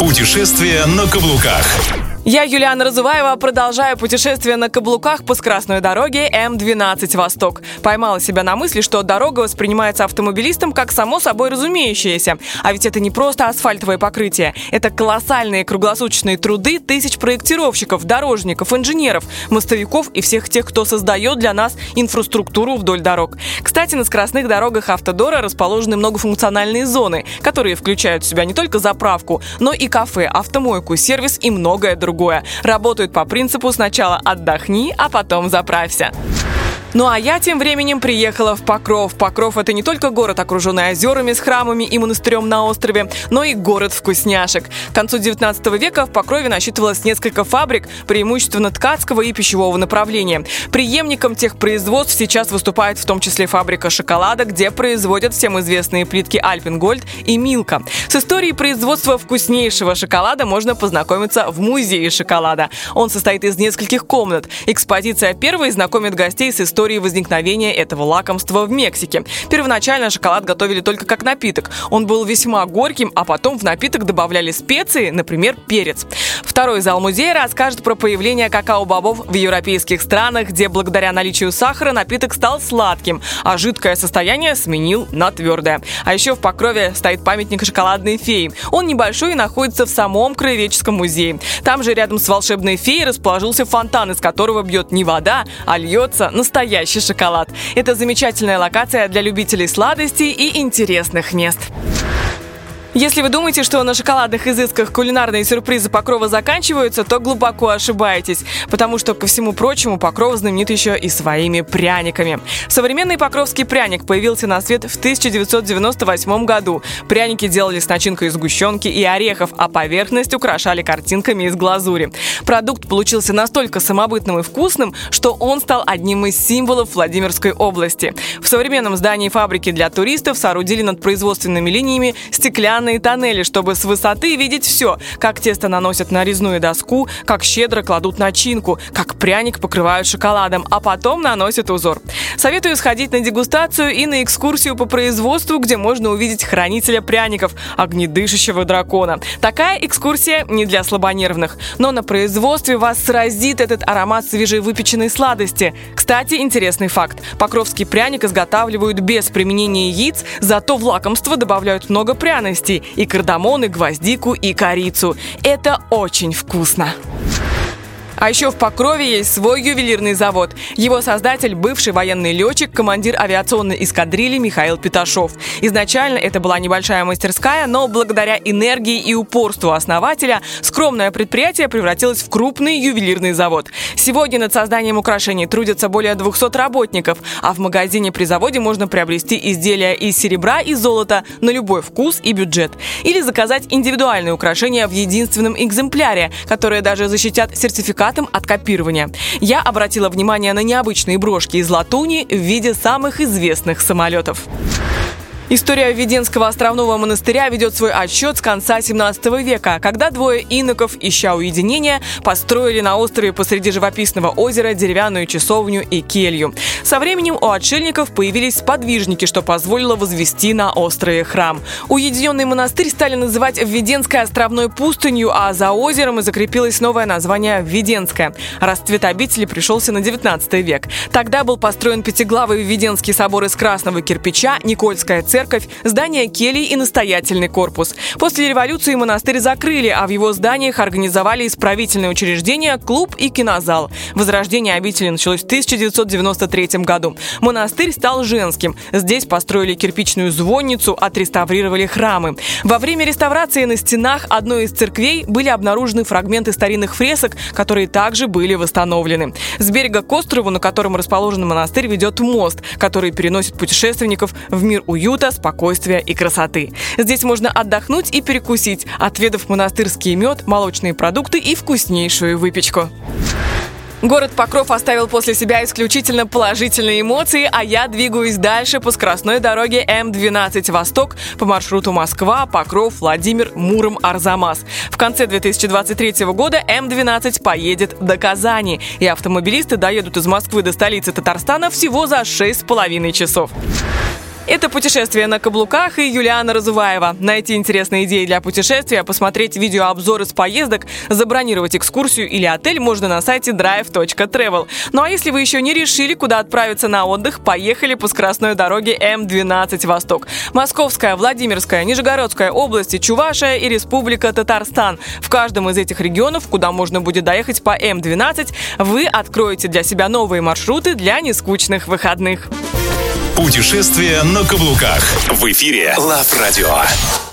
Путешествие на каблуках. Я, Юлиана Разуваева, продолжаю путешествие на каблуках по скоростной дороге М12 «Восток». Поймала себя на мысли, что дорога воспринимается автомобилистом как само собой разумеющееся. А ведь это не просто асфальтовое покрытие. Это колоссальные круглосуточные труды тысяч проектировщиков, дорожников, инженеров, мостовиков и всех тех, кто создает для нас инфраструктуру вдоль дорог. Кстати, на скоростных дорогах «Автодора» расположены многофункциональные зоны, которые включают в себя не только заправку, но и кафе, автомойку, сервис и многое другое. Работают по принципу «сначала отдохни, а потом заправься». Ну а я тем временем приехала в Покров. Покров – это не только город, окруженный озерами с храмами и монастырем на острове, но и город вкусняшек. К концу 19 века в Покрове насчитывалось несколько фабрик, преимущественно ткацкого и пищевого направления. Преемником тех производств сейчас выступает в том числе фабрика шоколада, где производят всем известные плитки Альпенгольд и Милка. С историей производства вкуснейшего шоколада можно познакомиться в музее шоколада. Он состоит из нескольких комнат. Экспозиция первой знакомит гостей с историей возникновения этого лакомства в Мексике. Первоначально шоколад готовили только как напиток. Он был весьма горьким, а потом в напиток добавляли специи, например, перец. Второй зал музея расскажет про появление какао-бобов в европейских странах, где благодаря наличию сахара напиток стал сладким, а жидкое состояние сменил на твердое. А еще в Покрове стоит памятник шоколадной феи. Он небольшой и находится в самом Краеведческом музее. Там же рядом с волшебной феей расположился фонтан, из которого бьет не вода, а льется настоящий шоколад. Это замечательная локация для любителей сладостей и интересных мест. Если вы думаете, что на шоколадных изысках кулинарные сюрпризы Покрова заканчиваются, то глубоко ошибаетесь, потому что, ко всему прочему, Покров знаменит еще и своими пряниками. Современный покровский пряник появился на свет в 1998 году. Пряники делали с начинкой из сгущенки и орехов, а поверхность украшали картинками из глазури. Продукт получился настолько самобытным и вкусным, что он стал одним из символов Владимирской области. В современном здании фабрики для туристов соорудили над производственными линиями стеклянные тоннели, чтобы с высоты видеть все, как тесто наносят на резную доску, как щедро кладут начинку, как пряник покрывают шоколадом, а потом наносят узор. Советую сходить на дегустацию и на экскурсию по производству, где можно увидеть хранителя пряников, огнедышащего дракона. Такая экскурсия не для слабонервных, но на производстве вас сразит этот аромат свежевыпеченной сладости. Кстати, интересный факт. Покровский пряник изготавливают без применения яиц, зато в лакомство добавляют много пряностей. И кардамон, и гвоздику, и корицу. Это очень вкусно. А еще в Покрове есть свой ювелирный завод. Его создатель – бывший военный летчик, командир авиационной эскадрильи Михаил Петашов. Изначально это была небольшая мастерская, но благодаря энергии и упорству основателя скромное предприятие превратилось в крупный ювелирный завод. Сегодня над созданием украшений трудятся более 200 работников, а в магазине при заводе можно приобрести изделия из серебра и золота на любой вкус и бюджет. Или заказать индивидуальные украшения в единственном экземпляре, которые даже защитят сертификат от копирования. Я обратила внимание на необычные брошки из латуни в виде самых известных самолетов. История Введенского островного монастыря ведет свой отсчет с конца 17 века, когда двое иноков, ища уединения, построили на острове посреди живописного озера деревянную часовню и келью. Со временем у отшельников появились сподвижники, что позволило возвести на острове храм. Уединенный монастырь стали называть Введенской островной пустынью, а за озером и закрепилось новое название Введенское. Расцвет обители пришелся на 19 век. Тогда был построен пятиглавый Введенский собор из красного кирпича, Никольская церковь, здание келий и настоятельный корпус. После революции монастырь закрыли, а в его зданиях организовали исправительные учреждения, клуб и кинозал. Возрождение обители началось в 1993 году. Монастырь стал женским. Здесь построили кирпичную звонницу, отреставрировали храмы. Во время реставрации на стенах одной из церквей были обнаружены фрагменты старинных фресок, которые также были восстановлены. С берега к острову, на котором расположен монастырь, ведет мост, который переносит путешественников в мир уюта, спокойствия и красоты. Здесь можно отдохнуть и перекусить, отведав монастырский мед, молочные продукты и вкуснейшую выпечку. Город Покров оставил после себя исключительно положительные эмоции, а я двигаюсь дальше по скоростной дороге М12 «Восток» по маршруту Москва, Покров, Владимир, Муром, Арзамас. В конце 2023 года М12 поедет до Казани, и автомобилисты доедут из Москвы до столицы Татарстана всего за 6,5 часов. Это «Путешествие на каблуках» и Юлиана Разуваева. Найти интересные идеи для путешествия, посмотреть видеообзоры с поездок, забронировать экскурсию или отель можно на сайте drive.travel. Ну а если вы еще не решили, куда отправиться на отдых, поехали по скоростной дороге М12 Восток. Московская, Владимирская, Нижегородская области, Чувашия и Республика Татарстан. В каждом из этих регионов, куда можно будет доехать по М12, вы откроете для себя новые маршруты для нескучных выходных. Путешествие на каблуках. В эфире Love Radio.